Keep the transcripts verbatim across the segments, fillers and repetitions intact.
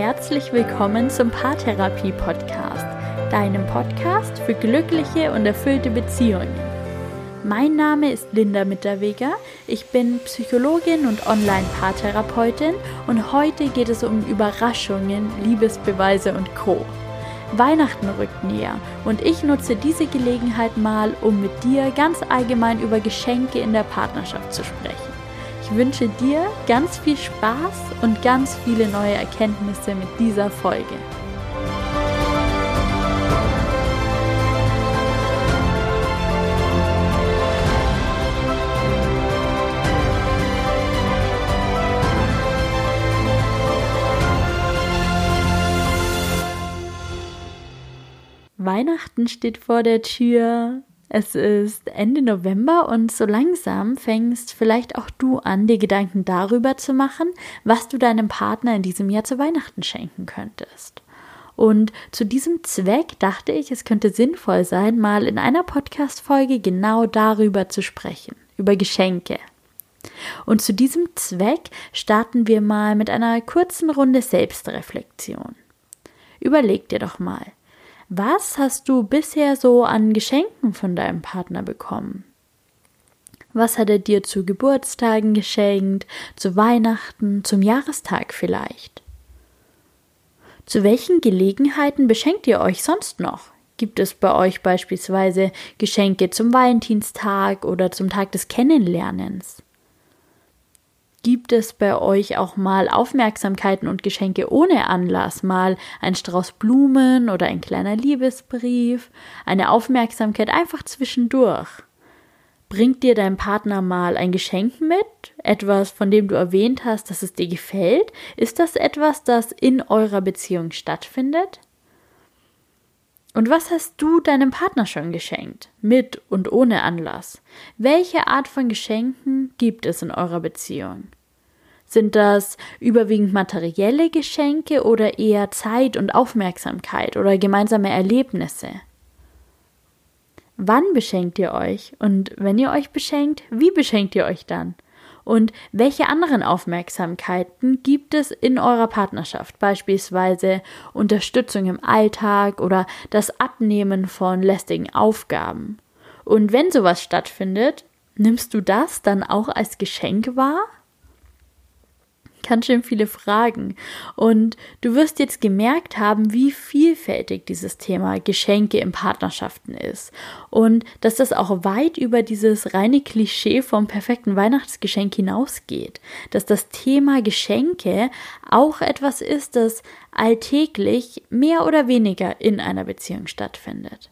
herzlich willkommen zum Paartherapie-Podcast, deinem Podcast für glückliche und erfüllte Beziehungen. Mein Name ist Linda Mitterweger, ich bin Psychologin und Online-Paartherapeutin und heute geht es um Überraschungen, Liebesbeweise und Co. Weihnachten rückt näher und ich nutze diese Gelegenheit mal, um mit dir ganz allgemein über Geschenke in der Partnerschaft zu sprechen. Ich wünsche dir ganz viel Spaß und ganz viele neue Erkenntnisse mit dieser Folge. Weihnachten steht vor der Tür. Es ist Ende November und so langsam fängst vielleicht auch du an, dir Gedanken darüber zu machen, was du deinem Partner in diesem Jahr zu Weihnachten schenken könntest. Und zu diesem Zweck dachte ich, es könnte sinnvoll sein, mal in einer Podcast-Folge genau darüber zu sprechen, über Geschenke. Und zu diesem Zweck starten wir mal mit einer kurzen Runde Selbstreflexion. Überleg dir doch mal, was hast du bisher so an Geschenken von deinem Partner bekommen? Was hat er dir zu Geburtstagen geschenkt, zu Weihnachten, zum Jahrestag vielleicht? Zu welchen Gelegenheiten beschenkt ihr euch sonst noch? Gibt es bei euch beispielsweise Geschenke zum Valentinstag oder zum Tag des Kennenlernens? Gibt es bei euch auch mal Aufmerksamkeiten und Geschenke ohne Anlass, mal ein Strauß Blumen oder ein kleiner Liebesbrief, eine Aufmerksamkeit einfach zwischendurch? Bringt dir dein Partner mal ein Geschenk mit, etwas, von dem du erwähnt hast, dass es dir gefällt? Ist das etwas, das in eurer Beziehung stattfindet? Und was hast du deinem Partner schon geschenkt, mit und ohne Anlass? Welche Art von Geschenken gibt es in eurer Beziehung? Sind das überwiegend materielle Geschenke oder eher Zeit und Aufmerksamkeit oder gemeinsame Erlebnisse? Wann beschenkt ihr euch? Und wenn ihr euch beschenkt, wie beschenkt ihr euch dann? Und welche anderen Aufmerksamkeiten gibt es in eurer Partnerschaft? Beispielsweise Unterstützung im Alltag oder das Abnehmen von lästigen Aufgaben. Und wenn sowas stattfindet, nimmst du das dann auch als Geschenk wahr? Ganz schön viele Fragen. Und du wirst jetzt gemerkt haben, wie vielfältig dieses Thema Geschenke in Partnerschaften ist. Und dass das auch weit über dieses reine Klischee vom perfekten Weihnachtsgeschenk hinausgeht. Dass das Thema Geschenke auch etwas ist, das alltäglich mehr oder weniger in einer Beziehung stattfindet.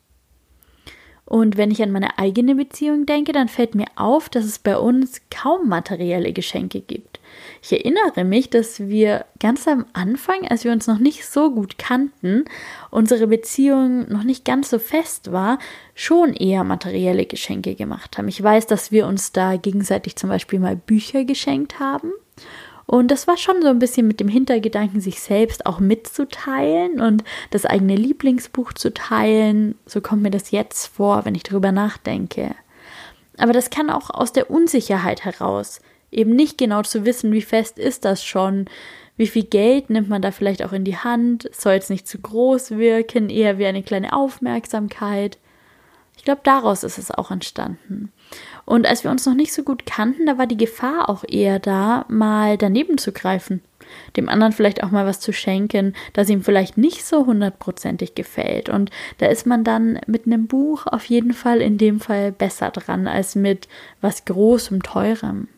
Und wenn ich an meine eigene Beziehung denke, dann fällt mir auf, dass es bei uns kaum materielle Geschenke gibt. Ich erinnere mich, dass wir ganz am Anfang, als wir uns noch nicht so gut kannten, unsere Beziehung noch nicht ganz so fest war, schon eher materielle Geschenke gemacht haben. Ich weiß, dass wir uns da gegenseitig zum Beispiel mal Bücher geschenkt haben. Und das war schon so ein bisschen mit dem Hintergedanken, sich selbst auch mitzuteilen und das eigene Lieblingsbuch zu teilen. So kommt mir das jetzt vor, wenn ich darüber nachdenke. Aber das kann auch aus der Unsicherheit heraus, eben nicht genau zu wissen, wie fest ist das schon, wie viel Geld nimmt man da vielleicht auch in die Hand, soll es nicht zu groß wirken, eher wie eine kleine Aufmerksamkeit. Ich glaube, daraus ist es auch entstanden. Und als wir uns noch nicht so gut kannten, da war die Gefahr auch eher da, mal daneben zu greifen, dem anderen vielleicht auch mal was zu schenken, das ihm vielleicht nicht so hundertprozentig gefällt. Und da ist man dann mit einem Buch auf jeden Fall in dem Fall besser dran, als mit was Großem, Teurem.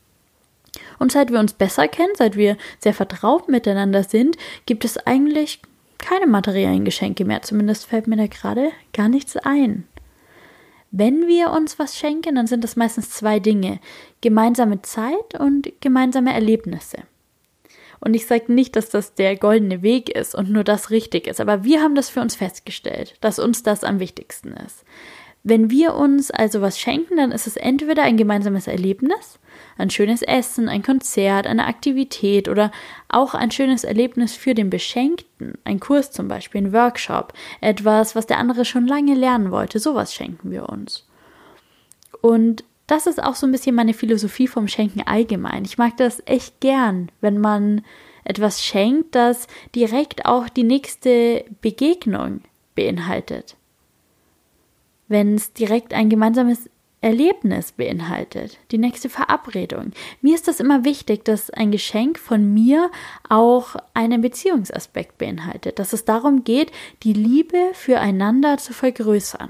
Und seit wir uns besser kennen, seit wir sehr vertraut miteinander sind, gibt es eigentlich keine materiellen Geschenke mehr. Zumindest fällt mir da gerade gar nichts ein. Wenn wir uns was schenken, dann sind das meistens zwei Dinge: gemeinsame Zeit und gemeinsame Erlebnisse. Und ich sage nicht, dass das der goldene Weg ist und nur das richtig ist, aber wir haben das für uns festgestellt, dass uns das am wichtigsten ist. Wenn wir uns also was schenken, dann ist es entweder ein gemeinsames Erlebnis, ein schönes Essen, ein Konzert, eine Aktivität oder auch ein schönes Erlebnis für den Beschenkten, ein Kurs zum Beispiel, ein Workshop, etwas, was der andere schon lange lernen wollte, sowas schenken wir uns. Und das ist auch so ein bisschen meine Philosophie vom Schenken allgemein. Ich mag das echt gern, wenn man etwas schenkt, das direkt auch die nächste Begegnung beinhaltet. Wenn es direkt ein gemeinsames Erlebnis beinhaltet, die nächste Verabredung. Mir ist das immer wichtig, dass ein Geschenk von mir auch einen Beziehungsaspekt beinhaltet, dass es darum geht, die Liebe füreinander zu vergrößern.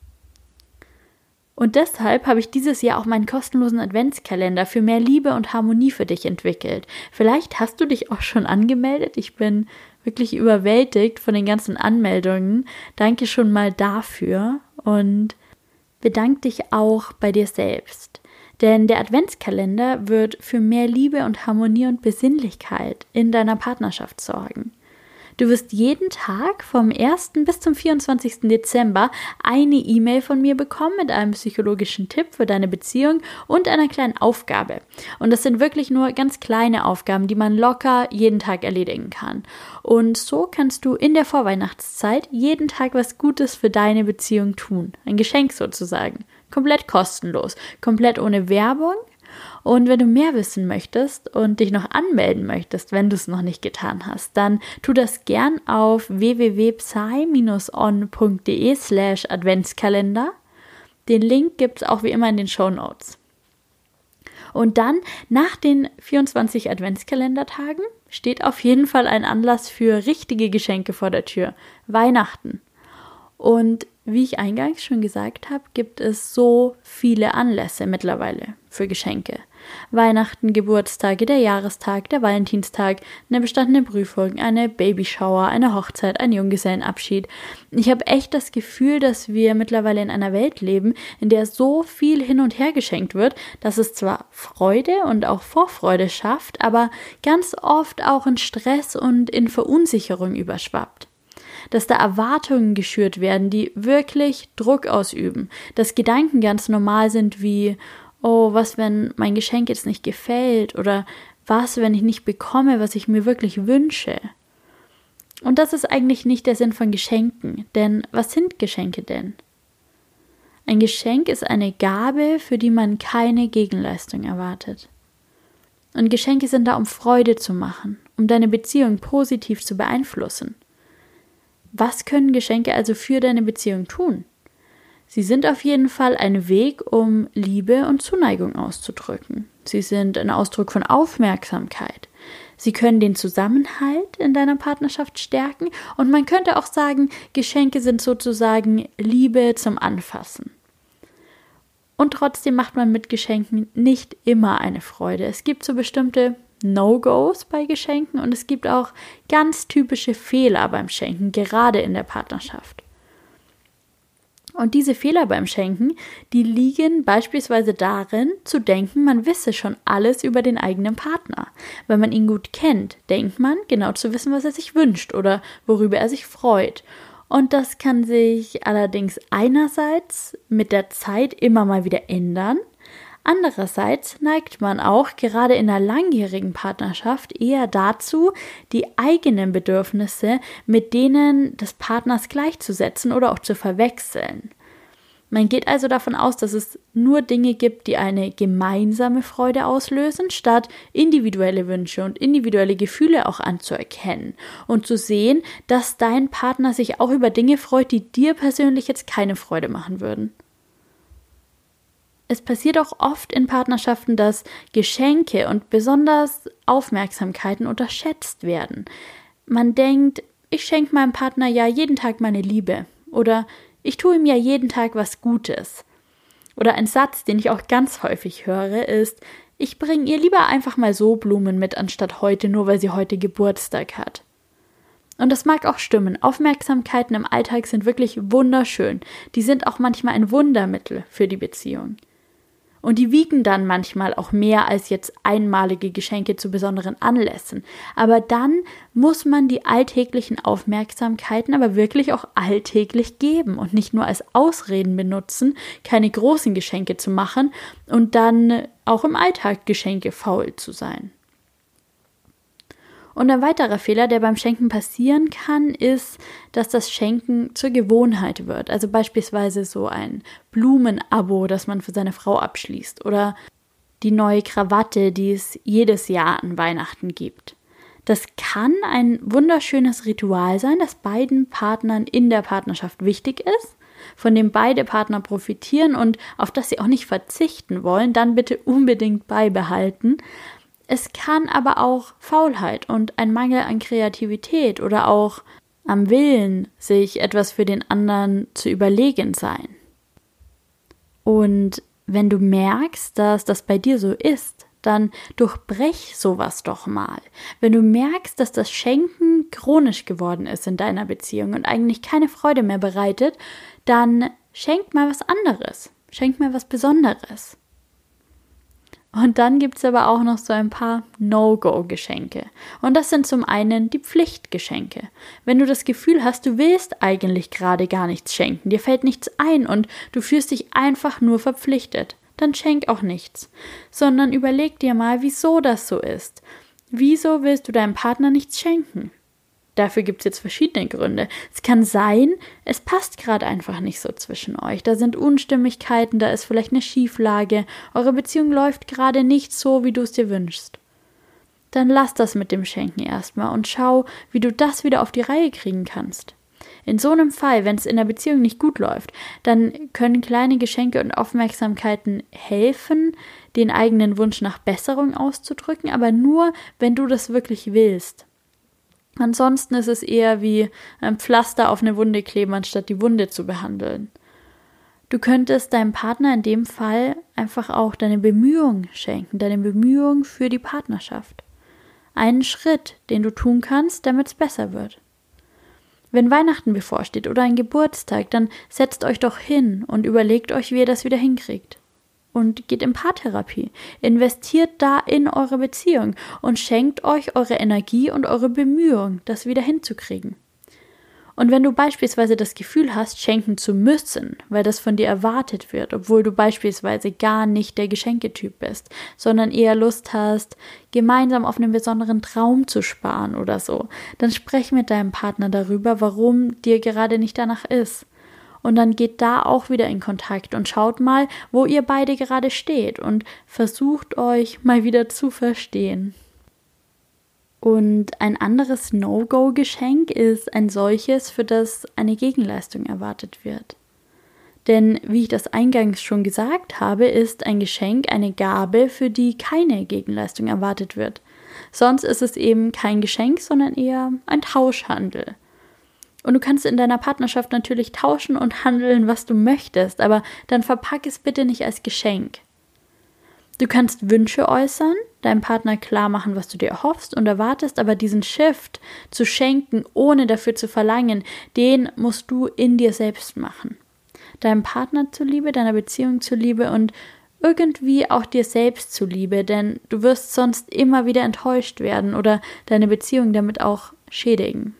Und deshalb habe ich dieses Jahr auch meinen kostenlosen Adventskalender für mehr Liebe und Harmonie für dich entwickelt. Vielleicht hast du dich auch schon angemeldet. Ich bin wirklich überwältigt von den ganzen Anmeldungen. Danke schon mal dafür und bedank dich auch bei dir selbst. Denn der Adventskalender wird für mehr Liebe und Harmonie und Besinnlichkeit in deiner Partnerschaft sorgen. Du wirst jeden Tag vom ersten bis zum vierundzwanzigsten Dezember eine E-Mail von mir bekommen mit einem psychologischen Tipp für deine Beziehung und einer kleinen Aufgabe. Und das sind wirklich nur ganz kleine Aufgaben, die man locker jeden Tag erledigen kann. Und so kannst du in der Vorweihnachtszeit jeden Tag was Gutes für deine Beziehung tun. Ein Geschenk sozusagen. Komplett kostenlos, komplett ohne Werbung. Und wenn du mehr wissen möchtest und dich noch anmelden möchtest, wenn du es noch nicht getan hast, dann tu das gern auf w w w punkt psy dash on punkt d e slash Adventskalender. Den Link gibt es auch wie immer in den Shownotes. Und dann nach den vierundzwanzig Adventskalendertagen steht auf jeden Fall ein Anlass für richtige Geschenke vor der Tür. Weihnachten. Und wie ich eingangs schon gesagt habe, gibt es so viele Anlässe mittlerweile für Geschenke. Weihnachten, Geburtstage, der Jahrestag, der Valentinstag, eine bestandene Prüfung, eine Babyshower, eine Hochzeit, ein Junggesellenabschied. Ich habe echt das Gefühl, dass wir mittlerweile in einer Welt leben, in der so viel hin und her geschenkt wird, dass es zwar Freude und auch Vorfreude schafft, aber ganz oft auch in Stress und in Verunsicherung überschwappt. Dass da Erwartungen geschürt werden, die wirklich Druck ausüben, dass Gedanken ganz normal sind wie, oh, was, wenn mein Geschenk jetzt nicht gefällt oder was, wenn ich nicht bekomme, was ich mir wirklich wünsche. Und das ist eigentlich nicht der Sinn von Geschenken, denn was sind Geschenke denn? Ein Geschenk ist eine Gabe, für die man keine Gegenleistung erwartet. Und Geschenke sind da, um Freude zu machen, um deine Beziehung positiv zu beeinflussen. Was können Geschenke also für deine Beziehung tun? Sie sind auf jeden Fall ein Weg, um Liebe und Zuneigung auszudrücken. Sie sind ein Ausdruck von Aufmerksamkeit. Sie können den Zusammenhalt in deiner Partnerschaft stärken und man könnte auch sagen, Geschenke sind sozusagen Liebe zum Anfassen. Und trotzdem macht man mit Geschenken nicht immer eine Freude. Es gibt so bestimmte No-Gos bei Geschenken und es gibt auch ganz typische Fehler beim Schenken, gerade in der Partnerschaft. Und diese Fehler beim Schenken, die liegen beispielsweise darin, zu denken, man wisse schon alles über den eigenen Partner. Wenn man ihn gut kennt, denkt man, genau zu wissen, was er sich wünscht oder worüber er sich freut. Und das kann sich allerdings einerseits mit der Zeit immer mal wieder ändern. Andererseits neigt man auch gerade in einer langjährigen Partnerschaft eher dazu, die eigenen Bedürfnisse mit denen des Partners gleichzusetzen oder auch zu verwechseln. Man geht also davon aus, dass es nur Dinge gibt, die eine gemeinsame Freude auslösen, statt individuelle Wünsche und individuelle Gefühle auch anzuerkennen und zu sehen, dass dein Partner sich auch über Dinge freut, die dir persönlich jetzt keine Freude machen würden. Es passiert auch oft in Partnerschaften, dass Geschenke und besonders Aufmerksamkeiten unterschätzt werden. Man denkt, ich schenke meinem Partner ja jeden Tag meine Liebe oder ich tue ihm ja jeden Tag was Gutes. Oder ein Satz, den ich auch ganz häufig höre, ist, ich bringe ihr lieber einfach mal so Blumen mit, anstatt heute, nur weil sie heute Geburtstag hat. Und das mag auch stimmen. Aufmerksamkeiten im Alltag sind wirklich wunderschön. Die sind auch manchmal ein Wundermittel für die Beziehung. Und die wiegen dann manchmal auch mehr als jetzt einmalige Geschenke zu besonderen Anlässen. Aber dann muss man die alltäglichen Aufmerksamkeiten aber wirklich auch alltäglich geben und nicht nur als Ausreden benutzen, keine großen Geschenke zu machen und dann auch im Alltag Geschenke faul zu sein. Und ein weiterer Fehler, der beim Schenken passieren kann, ist, dass das Schenken zur Gewohnheit wird. Also beispielsweise so ein Blumenabo, das man für seine Frau abschließt oder die neue Krawatte, die es jedes Jahr an Weihnachten gibt. Das kann ein wunderschönes Ritual sein, das beiden Partnern in der Partnerschaft wichtig ist, von dem beide Partner profitieren und auf das sie auch nicht verzichten wollen, dann bitte unbedingt beibehalten. Es kann aber auch Faulheit und ein Mangel an Kreativität oder auch am Willen, sich etwas für den anderen zu überlegen sein. Und wenn du merkst, dass das bei dir so ist, dann durchbrech sowas doch mal. Wenn du merkst, dass das Schenken chronisch geworden ist in deiner Beziehung und eigentlich keine Freude mehr bereitet, dann schenk mal was anderes. Schenk mal was Besonderes. Und dann gibt es aber auch noch so ein paar No-Go-Geschenke. Und das sind zum einen die Pflichtgeschenke. Wenn du das Gefühl hast, du willst eigentlich gerade gar nichts schenken, dir fällt nichts ein und du fühlst dich einfach nur verpflichtet, dann schenk auch nichts. Sondern überleg dir mal, wieso das so ist. Wieso willst du deinem Partner nichts schenken? Dafür gibt es jetzt verschiedene Gründe. Es kann sein, es passt gerade einfach nicht so zwischen euch. Da sind Unstimmigkeiten, da ist vielleicht eine Schieflage. Eure Beziehung läuft gerade nicht so, wie du es dir wünschst. Dann lass das mit dem Schenken erstmal und schau, wie du das wieder auf die Reihe kriegen kannst. In so einem Fall, wenn es in der Beziehung nicht gut läuft, dann können kleine Geschenke und Aufmerksamkeiten helfen, den eigenen Wunsch nach Besserung auszudrücken, aber nur, wenn du das wirklich willst. Ansonsten ist es eher wie ein Pflaster auf eine Wunde kleben, anstatt die Wunde zu behandeln. Du könntest deinem Partner in dem Fall einfach auch deine Bemühungen schenken, deine Bemühungen für die Partnerschaft. Einen Schritt, den du tun kannst, damit es besser wird. Wenn Weihnachten bevorsteht oder ein Geburtstag, dann setzt euch doch hin und überlegt euch, wie ihr das wieder hinkriegt. Und geht in Paartherapie. Investiert da in eure Beziehung und schenkt euch eure Energie und eure Bemühungen, das wieder hinzukriegen. Und wenn du beispielsweise das Gefühl hast, schenken zu müssen, weil das von dir erwartet wird, obwohl du beispielsweise gar nicht der Geschenketyp bist, sondern eher Lust hast, gemeinsam auf einen besonderen Traum zu sparen oder so, dann sprech mit deinem Partner darüber, warum dir gerade nicht danach ist. Und dann geht da auch wieder in Kontakt und schaut mal, wo ihr beide gerade steht und versucht euch mal wieder zu verstehen. Und ein anderes No-Go-Geschenk ist ein solches, für das eine Gegenleistung erwartet wird. Denn, wie ich das eingangs schon gesagt habe, ist ein Geschenk eine Gabe, für die keine Gegenleistung erwartet wird. Sonst ist es eben kein Geschenk, sondern eher ein Tauschhandel. Und du kannst in deiner Partnerschaft natürlich tauschen und handeln, was du möchtest, aber dann verpack es bitte nicht als Geschenk. Du kannst Wünsche äußern, deinem Partner klar machen, was du dir erhoffst und erwartest, aber diesen Shift zu schenken, ohne dafür zu verlangen, den musst du in dir selbst machen. Deinem Partner zuliebe, deiner Beziehung zuliebe und irgendwie auch dir selbst zuliebe, denn du wirst sonst immer wieder enttäuscht werden oder deine Beziehung damit auch schädigen.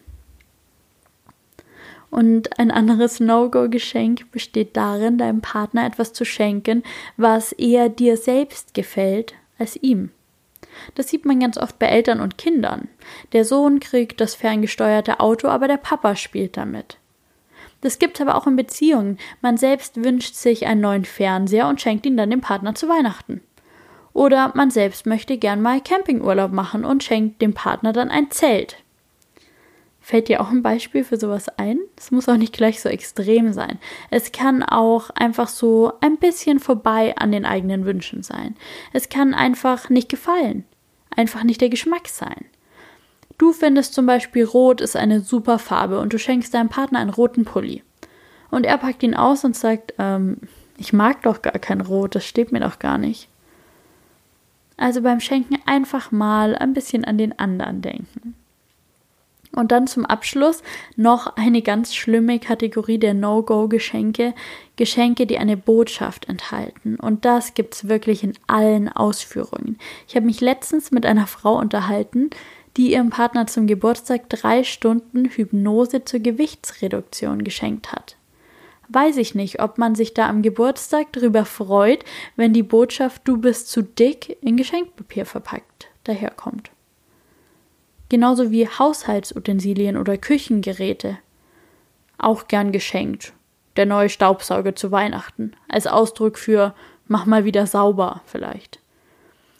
Und ein anderes No-Go-Geschenk besteht darin, deinem Partner etwas zu schenken, was eher dir selbst gefällt als ihm. Das sieht man ganz oft bei Eltern und Kindern. Der Sohn kriegt das ferngesteuerte Auto, aber der Papa spielt damit. Das gibt es aber auch in Beziehungen. Man selbst wünscht sich einen neuen Fernseher und schenkt ihn dann dem Partner zu Weihnachten. Oder man selbst möchte gern mal Campingurlaub machen und schenkt dem Partner dann ein Zelt. Fällt dir auch ein Beispiel für sowas ein? Es muss auch nicht gleich so extrem sein. Es kann auch einfach so ein bisschen vorbei an den eigenen Wünschen sein. Es kann einfach nicht gefallen, einfach nicht der Geschmack sein. Du findest zum Beispiel Rot ist eine super Farbe und du schenkst deinem Partner einen roten Pulli. Und er packt ihn aus und sagt, ähm, ich mag doch gar kein Rot, das steht mir doch gar nicht. Also beim Schenken einfach mal ein bisschen an den anderen denken. Und dann zum Abschluss noch eine ganz schlimme Kategorie der No-Go-Geschenke, Geschenke, die eine Botschaft enthalten. Und das gibt's wirklich in allen Ausführungen. Ich habe mich letztens mit einer Frau unterhalten, die ihrem Partner zum Geburtstag drei Stunden Hypnose zur Gewichtsreduktion geschenkt hat. Weiß ich nicht, ob man sich da am Geburtstag drüber freut, wenn die Botschaft "Du bist zu dick" in Geschenkpapier verpackt daherkommt. Genauso wie Haushaltsutensilien oder Küchengeräte. Auch gern geschenkt. Der neue Staubsauger zu Weihnachten. Als Ausdruck für "mach mal wieder sauber" vielleicht.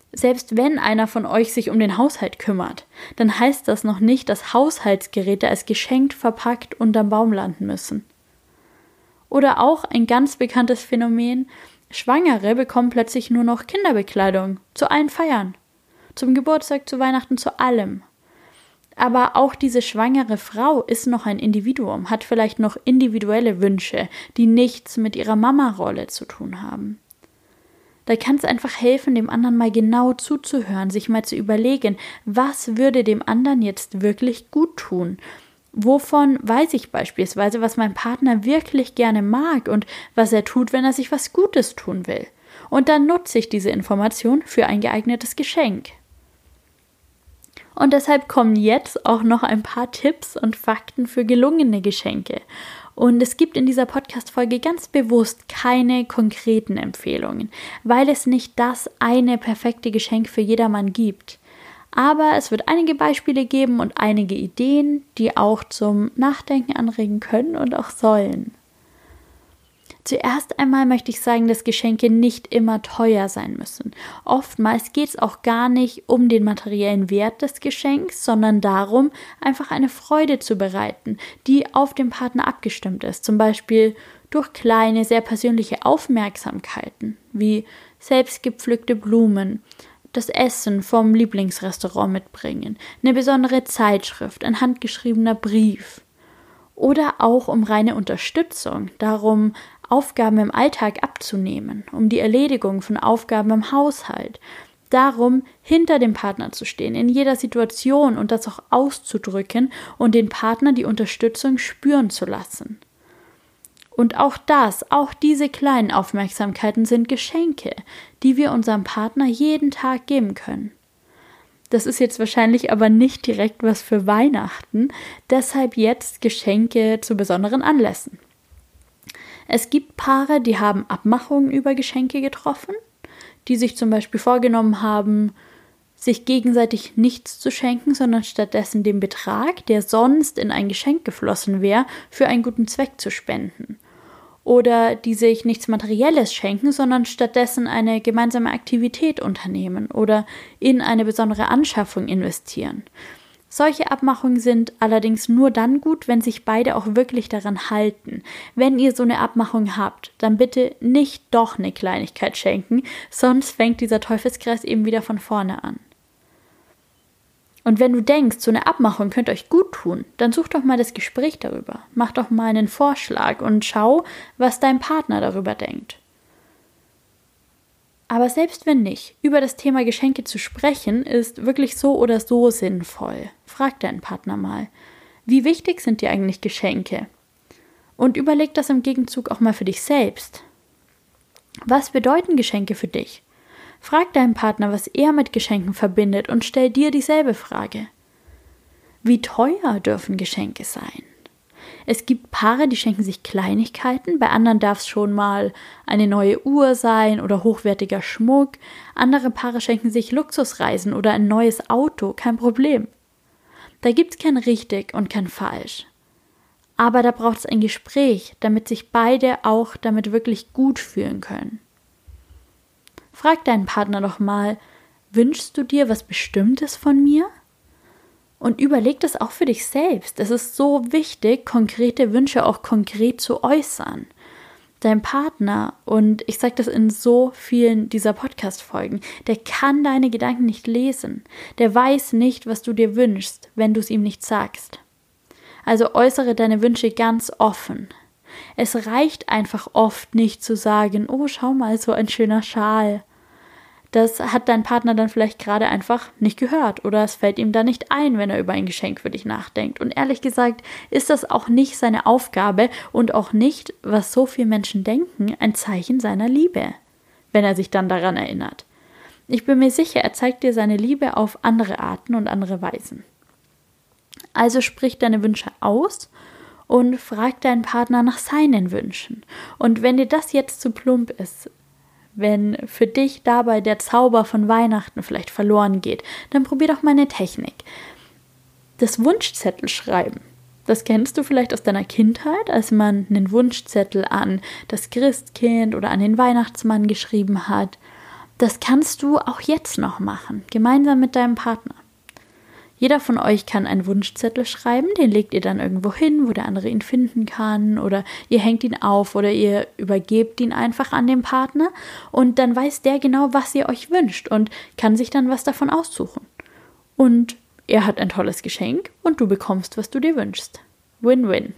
Selbst wenn einer von euch sich um den Haushalt kümmert, dann heißt das noch nicht, dass Haushaltsgeräte als geschenkt verpackt unterm Baum landen müssen. Oder auch ein ganz bekanntes Phänomen: Schwangere bekommen plötzlich nur noch Kinderbekleidung zu allen Feiern. Zum Geburtstag, zu Weihnachten, zu allem. Aber auch diese schwangere Frau ist noch ein Individuum, hat vielleicht noch individuelle Wünsche, die nichts mit ihrer Mama-Rolle zu tun haben. Da kann es einfach helfen, dem anderen mal genau zuzuhören, sich mal zu überlegen, was würde dem anderen jetzt wirklich gut tun? Wovon weiß ich beispielsweise, was mein Partner wirklich gerne mag und was er tut, wenn er sich was Gutes tun will? Und dann nutze ich diese Information für ein geeignetes Geschenk. Und deshalb kommen jetzt auch noch ein paar Tipps und Fakten für gelungene Geschenke. Und es gibt in dieser Podcast-Folge ganz bewusst keine konkreten Empfehlungen, weil es nicht das eine perfekte Geschenk für jedermann gibt. Aber es wird einige Beispiele geben und einige Ideen, die auch zum Nachdenken anregen können und auch sollen. Zuerst einmal möchte ich sagen, dass Geschenke nicht immer teuer sein müssen. Oftmals geht es auch gar nicht um den materiellen Wert des Geschenks, sondern darum, einfach eine Freude zu bereiten, die auf den Partner abgestimmt ist. Zum Beispiel durch kleine, sehr persönliche Aufmerksamkeiten, wie selbstgepflückte Blumen, das Essen vom Lieblingsrestaurant mitbringen, eine besondere Zeitschrift, ein handgeschriebener Brief. Oder auch um reine Unterstützung, darum, Aufgaben im Alltag abzunehmen, um die Erledigung von Aufgaben im Haushalt, darum, hinter dem Partner zu stehen, in jeder Situation und das auch auszudrücken und den Partner die Unterstützung spüren zu lassen. Und auch das, auch diese kleinen Aufmerksamkeiten sind Geschenke, die wir unserem Partner jeden Tag geben können. Das ist jetzt wahrscheinlich aber nicht direkt was für Weihnachten, deshalb jetzt Geschenke zu besonderen Anlässen. Es gibt Paare, die haben Abmachungen über Geschenke getroffen, die sich zum Beispiel vorgenommen haben, sich gegenseitig nichts zu schenken, sondern stattdessen den Betrag, der sonst in ein Geschenk geflossen wäre, für einen guten Zweck zu spenden. Oder die sich nichts Materielles schenken, sondern stattdessen eine gemeinsame Aktivität unternehmen oder in eine besondere Anschaffung investieren. Solche Abmachungen sind allerdings nur dann gut, wenn sich beide auch wirklich daran halten. Wenn ihr so eine Abmachung habt, dann bitte nicht doch eine Kleinigkeit schenken, sonst fängt dieser Teufelskreis eben wieder von vorne an. Und wenn du denkst, so eine Abmachung könnte euch gut tun, dann such doch mal das Gespräch darüber. Mach doch mal einen Vorschlag und schau, was dein Partner darüber denkt. Aber selbst wenn nicht, über das Thema Geschenke zu sprechen, ist wirklich so oder so sinnvoll. Frag deinen Partner mal, wie wichtig sind dir eigentlich Geschenke? Und überleg das im Gegenzug auch mal für dich selbst. Was bedeuten Geschenke für dich? Frag deinen Partner, was er mit Geschenken verbindet und stell dir dieselbe Frage. Wie teuer dürfen Geschenke sein? Es gibt Paare, die schenken sich Kleinigkeiten, bei anderen darf es schon mal eine neue Uhr sein oder hochwertiger Schmuck. Andere Paare schenken sich Luxusreisen oder ein neues Auto, kein Problem. Da gibt es kein richtig und kein falsch. Aber da braucht es ein Gespräch, damit sich beide auch damit wirklich gut fühlen können. Frag deinen Partner doch mal, wünschst du dir was Bestimmtes von mir? Und überleg das auch für dich selbst. Es ist so wichtig, konkrete Wünsche auch konkret zu äußern. Dein Partner, und ich sage das in so vielen dieser Podcast-Folgen, der kann deine Gedanken nicht lesen. Der weiß nicht, was du dir wünschst, wenn du es ihm nicht sagst. Also äußere deine Wünsche ganz offen. Es reicht einfach oft nicht zu sagen, oh, schau mal, so ein schöner Schal. Das hat dein Partner dann vielleicht gerade einfach nicht gehört oder es fällt ihm dann nicht ein, wenn er über ein Geschenk für dich nachdenkt. Und ehrlich gesagt ist das auch nicht seine Aufgabe und auch nicht, was so viele Menschen denken, ein Zeichen seiner Liebe, wenn er sich dann daran erinnert. Ich bin mir sicher, er zeigt dir seine Liebe auf andere Arten und andere Weisen. Also sprich deine Wünsche aus und frag deinen Partner nach seinen Wünschen. Und wenn dir das jetzt zu plump ist, wenn für dich dabei der Zauber von Weihnachten vielleicht verloren geht, dann probier doch mal eine Technik. Das Wunschzettel schreiben. Das kennst du vielleicht aus deiner Kindheit, als man einen Wunschzettel an das Christkind oder an den Weihnachtsmann geschrieben hat. Das kannst du auch jetzt noch machen, gemeinsam mit deinem Partner. Jeder von euch kann einen Wunschzettel schreiben, den legt ihr dann irgendwo hin, wo der andere ihn finden kann, oder ihr hängt ihn auf oder ihr übergebt ihn einfach an den Partner und dann weiß der genau, was ihr euch wünscht und kann sich dann was davon aussuchen. Und er hat ein tolles Geschenk und du bekommst, was du dir wünschst. Win-win.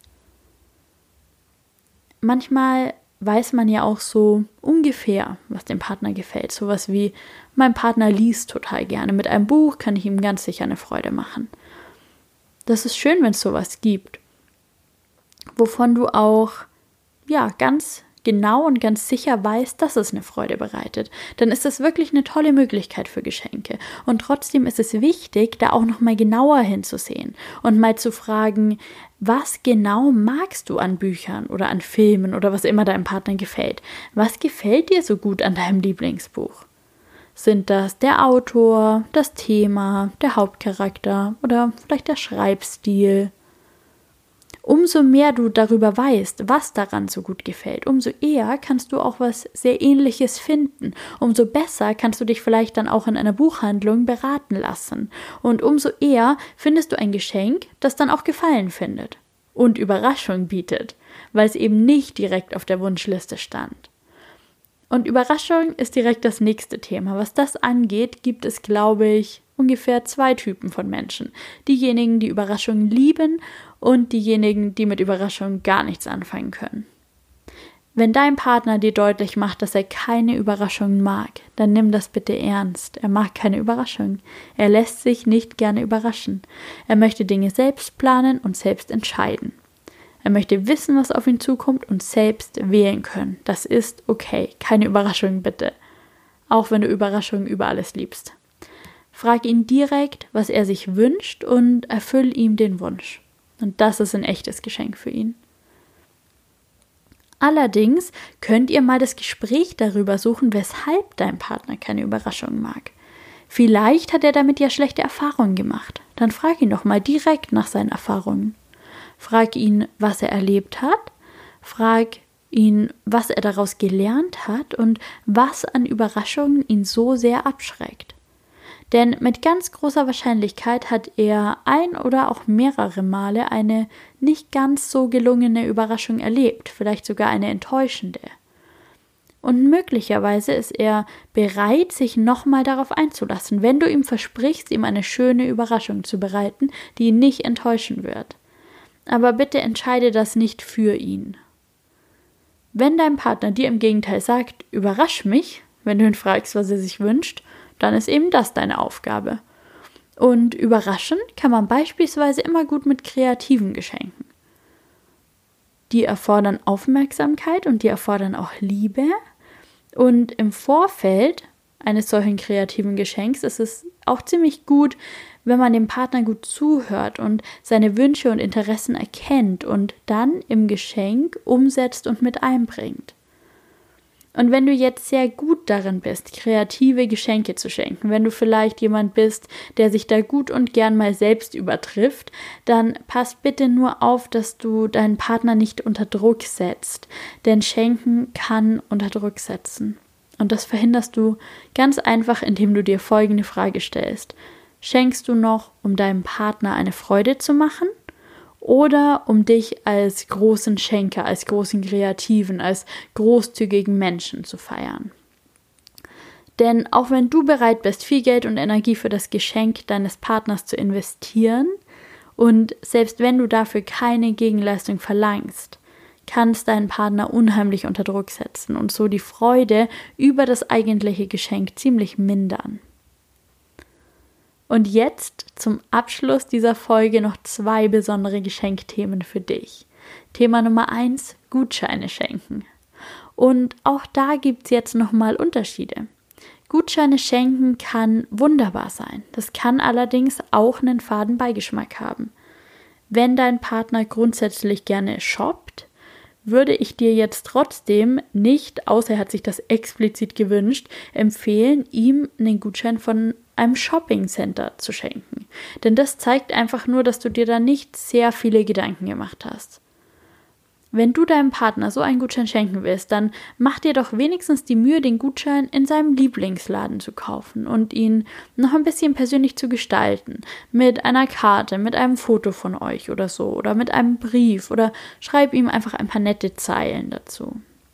Manchmal weiß man ja auch so ungefähr, was dem Partner gefällt. Sowas wie, mein Partner liest total gerne. Mit einem Buch kann ich ihm ganz sicher eine Freude machen. Das ist schön, wenn es sowas gibt, wovon du auch ja ganz genau und ganz sicher weißt, dass es eine Freude bereitet. Dann ist das wirklich eine tolle Möglichkeit für Geschenke. Und trotzdem ist es wichtig, da auch nochmal genauer hinzusehen und mal zu fragen, was genau magst du an Büchern oder an Filmen oder was immer deinem Partner gefällt? Was gefällt dir so gut an deinem Lieblingsbuch? Sind das der Autor, das Thema, der Hauptcharakter oder vielleicht der Schreibstil? Umso mehr du darüber weißt, was daran so gut gefällt, umso eher kannst du auch was sehr Ähnliches finden. Umso besser kannst du dich vielleicht dann auch in einer Buchhandlung beraten lassen. Und umso eher findest du ein Geschenk, das dann auch Gefallen findet und Überraschung bietet, weil es eben nicht direkt auf der Wunschliste stand. Und Überraschung ist direkt das nächste Thema. Was das angeht, gibt es, glaube ich, ungefähr zwei Typen von Menschen. Diejenigen, die Überraschungen lieben und diejenigen, die mit Überraschungen gar nichts anfangen können. Wenn dein Partner dir deutlich macht, dass er keine Überraschungen mag, dann nimm das bitte ernst. Er mag keine Überraschungen. Er lässt sich nicht gerne überraschen. Er möchte Dinge selbst planen und selbst entscheiden. Er möchte wissen, was auf ihn zukommt und selbst wählen können. Das ist okay. Keine Überraschungen bitte. Auch wenn du Überraschungen über alles liebst. Frag ihn direkt, was er sich wünscht und erfüll ihm den Wunsch. Und das ist ein echtes Geschenk für ihn. Allerdings könnt ihr mal das Gespräch darüber suchen, weshalb dein Partner keine Überraschungen mag. Vielleicht hat er damit ja schlechte Erfahrungen gemacht. Dann frag ihn doch mal direkt nach seinen Erfahrungen. Frag ihn, was er erlebt hat. Frag ihn, was er daraus gelernt hat und was an Überraschungen ihn so sehr abschreckt. Denn mit ganz großer Wahrscheinlichkeit hat er ein oder auch mehrere Male eine nicht ganz so gelungene Überraschung erlebt, vielleicht sogar eine enttäuschende. Und möglicherweise ist er bereit, sich nochmal darauf einzulassen, wenn du ihm versprichst, ihm eine schöne Überraschung zu bereiten, die ihn nicht enttäuschen wird. Aber bitte entscheide das nicht für ihn. Wenn dein Partner dir im Gegenteil sagt, überrasch mich, wenn du ihn fragst, was er sich wünscht, dann ist eben das deine Aufgabe. Und überraschen kann man beispielsweise immer gut mit kreativen Geschenken. Die erfordern Aufmerksamkeit und die erfordern auch Liebe. Und im Vorfeld eines solchen kreativen Geschenks ist es auch ziemlich gut, wenn man dem Partner gut zuhört und seine Wünsche und Interessen erkennt und dann im Geschenk umsetzt und mit einbringt. Und wenn du jetzt sehr gut darin bist, kreative Geschenke zu schenken, wenn du vielleicht jemand bist, der sich da gut und gern mal selbst übertrifft, dann pass bitte nur auf, dass du deinen Partner nicht unter Druck setzt. Denn Schenken kann unter Druck setzen. Und das verhinderst du ganz einfach, indem du dir folgende Frage stellst. Schenkst du noch, um deinem Partner eine Freude zu machen? Oder um dich als großen Schenker, als großen Kreativen, als großzügigen Menschen zu feiern. Denn auch wenn du bereit bist, viel Geld und Energie für das Geschenk deines Partners zu investieren und selbst wenn du dafür keine Gegenleistung verlangst, kannst deinen Partner unheimlich unter Druck setzen und so die Freude über das eigentliche Geschenk ziemlich mindern. Und jetzt zum Abschluss dieser Folge noch zwei besondere Geschenkthemen für dich. Thema Nummer eins, Gutscheine schenken. Und auch da gibt es jetzt nochmal Unterschiede. Gutscheine schenken kann wunderbar sein. Das kann allerdings auch einen faden Beigeschmack haben. Wenn dein Partner grundsätzlich gerne shoppt, würde ich dir jetzt trotzdem nicht, außer er hat sich das explizit gewünscht, empfehlen, ihm einen Gutschein von einem Shopping-Center zu schenken. Denn das zeigt einfach nur, dass du dir da nicht sehr viele Gedanken gemacht hast. Wenn du deinem Partner so einen Gutschein schenken willst, dann mach dir doch wenigstens die Mühe, den Gutschein in seinem Lieblingsladen zu kaufen und ihn noch ein bisschen persönlich zu gestalten. Mit einer Karte, mit einem Foto von euch oder so oder mit einem Brief oder schreib ihm einfach ein paar nette Zeilen dazu.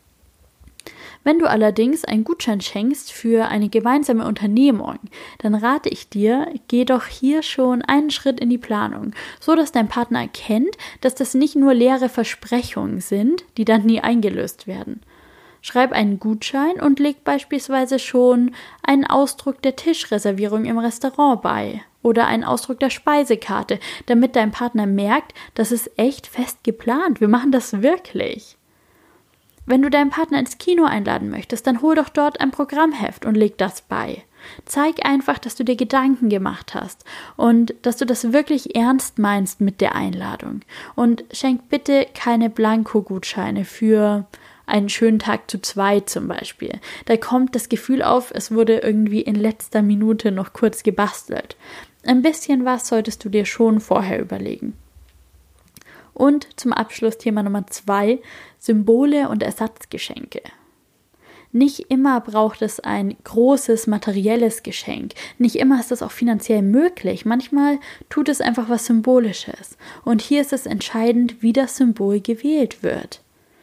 Wenn du allerdings einen Gutschein schenkst für eine gemeinsame Unternehmung, dann rate ich dir, geh doch hier schon einen Schritt in die Planung, so dass dein Partner erkennt, dass das nicht nur leere Versprechungen sind, die dann nie eingelöst werden. Schreib einen Gutschein und leg beispielsweise schon einen Ausdruck der Tischreservierung im Restaurant bei oder einen Ausdruck der Speisekarte, damit dein Partner merkt, das ist echt fest geplant, wir machen das wirklich. Wenn du deinen Partner ins Kino einladen möchtest, dann hol doch dort ein Programmheft und leg das bei. Zeig einfach, dass du dir Gedanken gemacht hast und dass du das wirklich ernst meinst mit der Einladung. Und schenk bitte keine Blankogutscheine für einen schönen Tag zu zweit zum Beispiel. Da kommt das Gefühl auf, es wurde irgendwie in letzter Minute noch kurz gebastelt. Ein bisschen was solltest du dir schon vorher überlegen. Und zum Abschluss Thema Nummer zwei, Symbole und Ersatzgeschenke. Nicht immer braucht es ein großes materielles Geschenk. Nicht immer ist das auch finanziell möglich. Manchmal tut es einfach was Symbolisches. Und hier ist es entscheidend, wie das Symbol gewählt wird.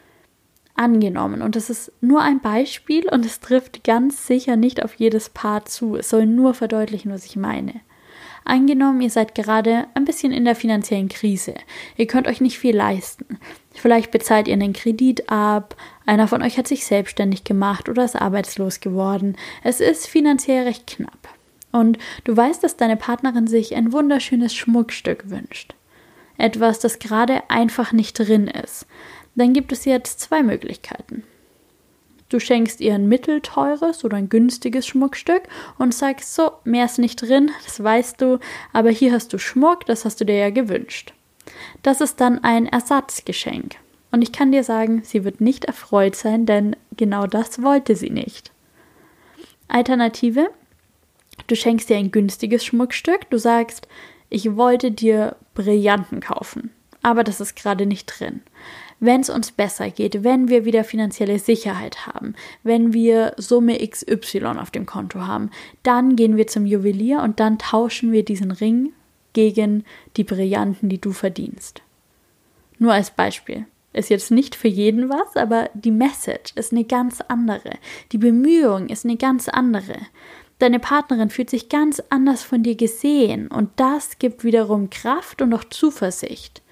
Angenommen, und das ist nur ein Beispiel und es trifft ganz sicher nicht auf jedes Paar zu. Es soll nur verdeutlichen, was ich meine. Angenommen, ihr seid gerade ein bisschen in der finanziellen Krise. Ihr könnt euch nicht viel leisten. Vielleicht bezahlt ihr einen Kredit ab, einer von euch hat sich selbstständig gemacht oder ist arbeitslos geworden. Es ist finanziell recht knapp. Und du weißt, dass deine Partnerin sich ein wunderschönes Schmuckstück wünscht. Etwas, das gerade einfach nicht drin ist. Dann gibt es jetzt zwei Möglichkeiten. Du schenkst ihr ein mittelteures oder ein günstiges Schmuckstück und sagst so, mehr ist nicht drin, das weißt du, aber hier hast du Schmuck, das hast du dir ja gewünscht. Das ist dann ein Ersatzgeschenk. Und ich kann dir sagen, sie wird nicht erfreut sein, denn genau das wollte sie nicht. Alternative, du schenkst dir ein günstiges Schmuckstück, du sagst, ich wollte dir Brillanten kaufen, aber das ist gerade nicht drin. Wenn es uns besser geht, wenn wir wieder finanzielle Sicherheit haben, wenn wir Summe X Y auf dem Konto haben, dann gehen wir zum Juwelier und dann tauschen wir diesen Ring gegen die Brillanten, die du verdienst. Nur als Beispiel. Ist jetzt nicht für jeden was, aber die Message ist eine ganz andere. Die Bemühung ist eine ganz andere. Deine Partnerin fühlt sich ganz anders von dir gesehen und das gibt wiederum Kraft und auch Zuversicht.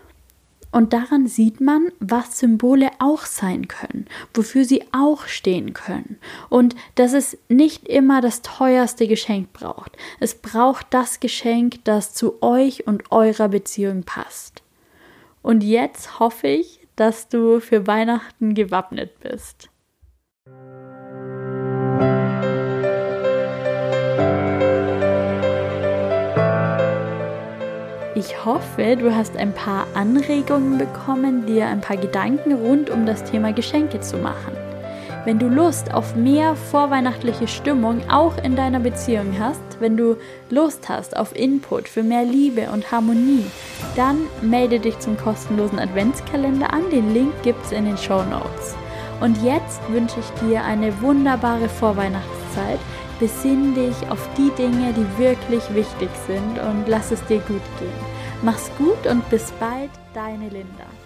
Und daran sieht man, was Symbole auch sein können, wofür sie auch stehen können. Und dass es nicht immer das teuerste Geschenk braucht. Es braucht das Geschenk, das zu euch und eurer Beziehung passt. Und jetzt hoffe ich, dass du für Weihnachten gewappnet bist. Ich hoffe, du hast ein paar Anregungen bekommen, dir ein paar Gedanken rund um das Thema Geschenke zu machen. Wenn du Lust auf mehr vorweihnachtliche Stimmung auch in deiner Beziehung hast, wenn du Lust hast auf Input für mehr Liebe und Harmonie, dann melde dich zum kostenlosen Adventskalender an. Den Link gibt's in den Shownotes. Und jetzt wünsche ich dir eine wunderbare Vorweihnachtszeit. Besinn dich auf die Dinge, die wirklich wichtig sind und lass es dir gut gehen. Mach's gut und bis bald, deine Linda.